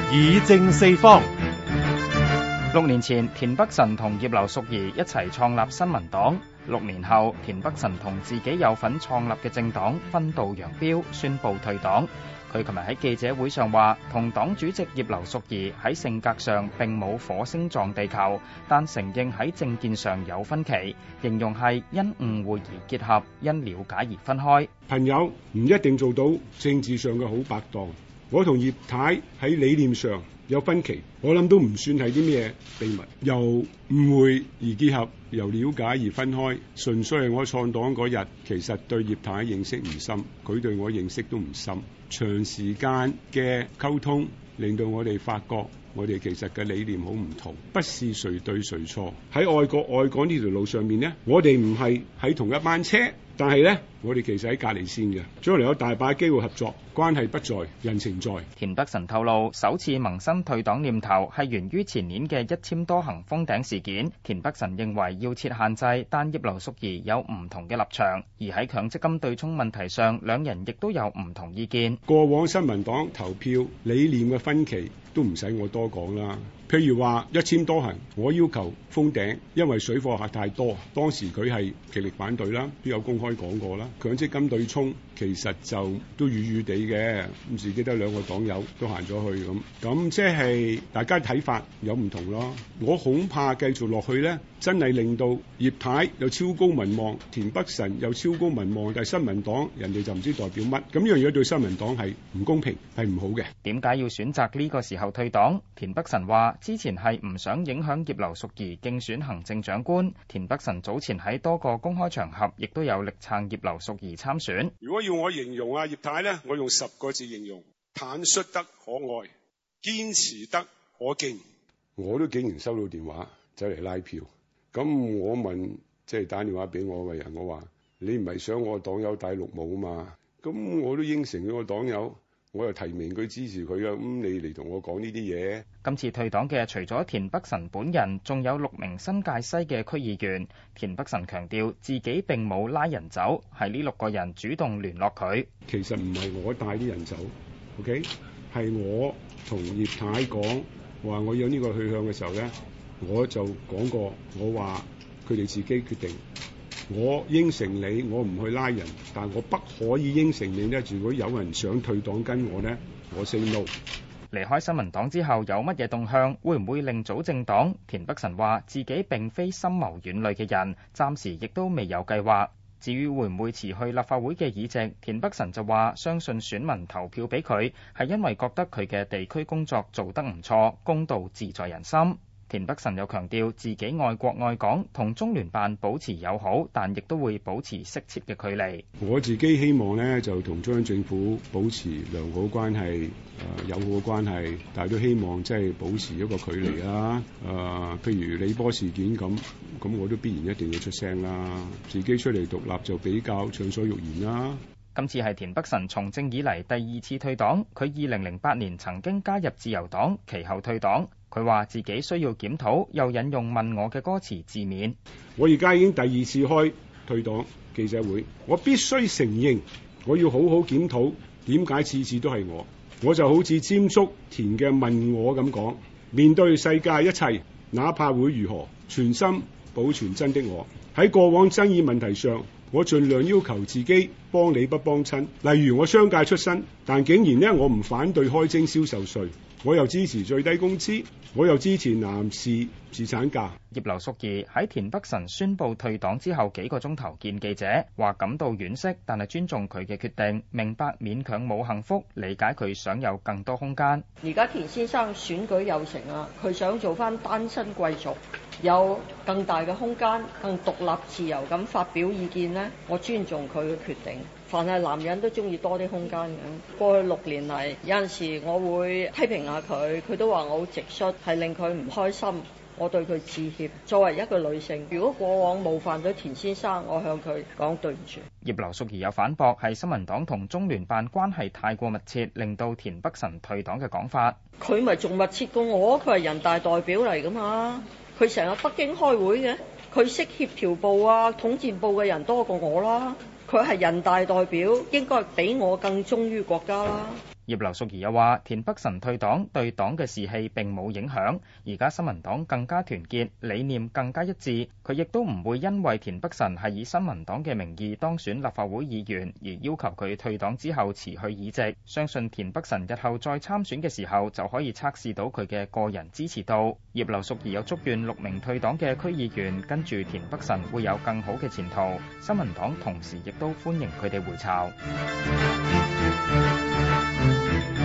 議政四方。 6年前，田北辰同葉劉淑儀一齊創立新民黨。6年後，田北辰同自己有份創立嘅政黨分道揚鑣，宣布退黨。佢琴日喺記者會上話，同黨主席葉劉淑儀喺性格上並冇火星撞地球，但承認喺政見上有分歧，形容係因誤會而結合，因了解而分開。 朋友唔一定做到政治上嘅好拍檔。我同葉太喺理念上有分歧，我諗都唔算係啲咩秘密。由誤會而結合，由了解而分開，純粹係我創黨嗰日，其實對葉太認識唔深，佢對我認識都唔深。長時間嘅溝通，令到我哋發覺，我哋其實嘅理念好唔同，不是誰對誰錯。喺愛國愛港呢條路上面呢，我哋唔係喺同一班車，但係呢，我哋其實喺隔離線嘅，將來有大把機會合作，關係不在，人情在。 田北辰透露，首次萌生退黨念頭係源於前年嘅一簽多行封頂事件。田北辰認為要設限制，但葉劉淑儀有唔同嘅立場，而喺強積金對沖問題上，兩人亦都有唔同意見。 過往新民黨投票理念嘅分歧都唔使我多講啦。譬如話一簽多行，我要求封頂，因為水貨客太多，當時佢係極力反對啦，都有公開講過啦。強積金對沖其實就都預預地嘅，咁自己得2個黨友都行咗去咁即係大家睇法有唔同咯。我恐怕繼續落去呢，真係令到葉太又超高民望，田北辰又超高民望，但係新民黨人哋就唔知代表乜，咁呢樣嘢對新民黨係唔公平，係唔好嘅。 點解要選擇呢個時候退黨？田北辰話之前係唔想影響葉劉淑儀競選行政長官。田北辰早前喺多個公開場合亦都有力撐葉劉淑儀參選。 如果要我形容葉太呢，我用10個字形容：坦率得可愛，堅持得可敬。我都竟然收到電話走嚟拉票，咁我問即係打電話俾我嘅人，我話你唔係想我黨友戴綠帽嘛？咁我都應承佢個黨友。我又提名佢支持佢啊，咁你嚟同我講呢啲嘢。 今次退黨嘅除咗田北辰本人，仲有6名新界西嘅區議員。田北辰強調自己並冇拉人走，係呢6個人主動聯絡佢。 其實唔係我帶啲人走 ，OK， 係我同葉太講話我有呢個去向嘅時候咧，我就講過，我話佢哋自己決定。我應承你，我唔去拉人，但我不可以應承你呢，如果有人想退黨跟我呢，我 say no。 離開新民黨之後有乜嘢動向？會唔會另組政黨？田北辰話自己並非深謀遠慮嘅人，暫時亦都未有計劃。至於會唔會辭去立法會嘅議席，田北辰就話相信選民投票俾佢，係因為覺得佢嘅地區工作做得唔錯，公道自在人心。田北辰又強調自己愛國愛港，同中聯辦保持友好，但亦都會保持適切嘅距離。 我自己希望呢，就同中央政府保持良好關係，友好嘅關係，但係都希望即係保持一個距離啦。譬如李波事件咁我都必然一定要出聲啦。自己出嚟獨立就比較暢所欲言啦。 今次係田北辰從政以嚟第2次退黨，佢2008年曾經加入自由黨，其後退黨。佢話自己需要檢討，又引用問我嘅歌詞自勉。 我而家已經第2次開退黨記者會，我必須承認，我要好好檢討點解次次都係我。我就好似詹叔填嘅問我咁講，面對世界一切，哪怕會如何，全心保存真的我。喺過往爭議問題上，我盡量要求自己幫理不幫親。例如我商界出身，但竟然呢，我唔反對開徵銷售稅。我又支持最低工資，我又支持男士侍產假。 葉劉淑儀喺田北辰宣布退黨之後幾個鐘頭見記者，話感到惋惜，但係尊重佢嘅決定，明白勉強冇幸福，理解佢想有更多空間。 而家田先生選舉有成啦，佢想做翻單身貴族，有更大嘅空間，更獨立自由咁發表意見呢，我尊重佢嘅決定。凡係男人都中意多啲空間嘅。過去6年嚟，有陣時我會批評下佢，佢都話我好直率，係令佢唔開心。我對佢致歉。作為一個女性，如果過往冒犯咗田先生，我向佢講對唔住。 葉劉淑儀有反駁係新民黨同中聯辦關係太過密切，令到田北辰退黨嘅講法。 佢咪仲密切過我？佢係人大代表嚟㗎嘛，佢成日北京開會嘅，佢識協調部啊、統戰部嘅人多過我啦。佢係人大代表，應該比我更忠於國家啦。 葉劉淑儀又話：田北辰退黨對黨嘅士氣並冇影響，而家新民黨更加團結，理念更加一致。佢亦都唔會因為田北辰係以新民黨嘅名義當選立法會議員而要求佢退黨之後辭去議席。相信田北辰日後再參選嘅時候就可以測試到佢嘅個人支持度。葉劉淑儀又祝願6名退黨嘅區議員跟住田北辰會有更好嘅前途。新民黨同時亦都歡迎佢哋回巢。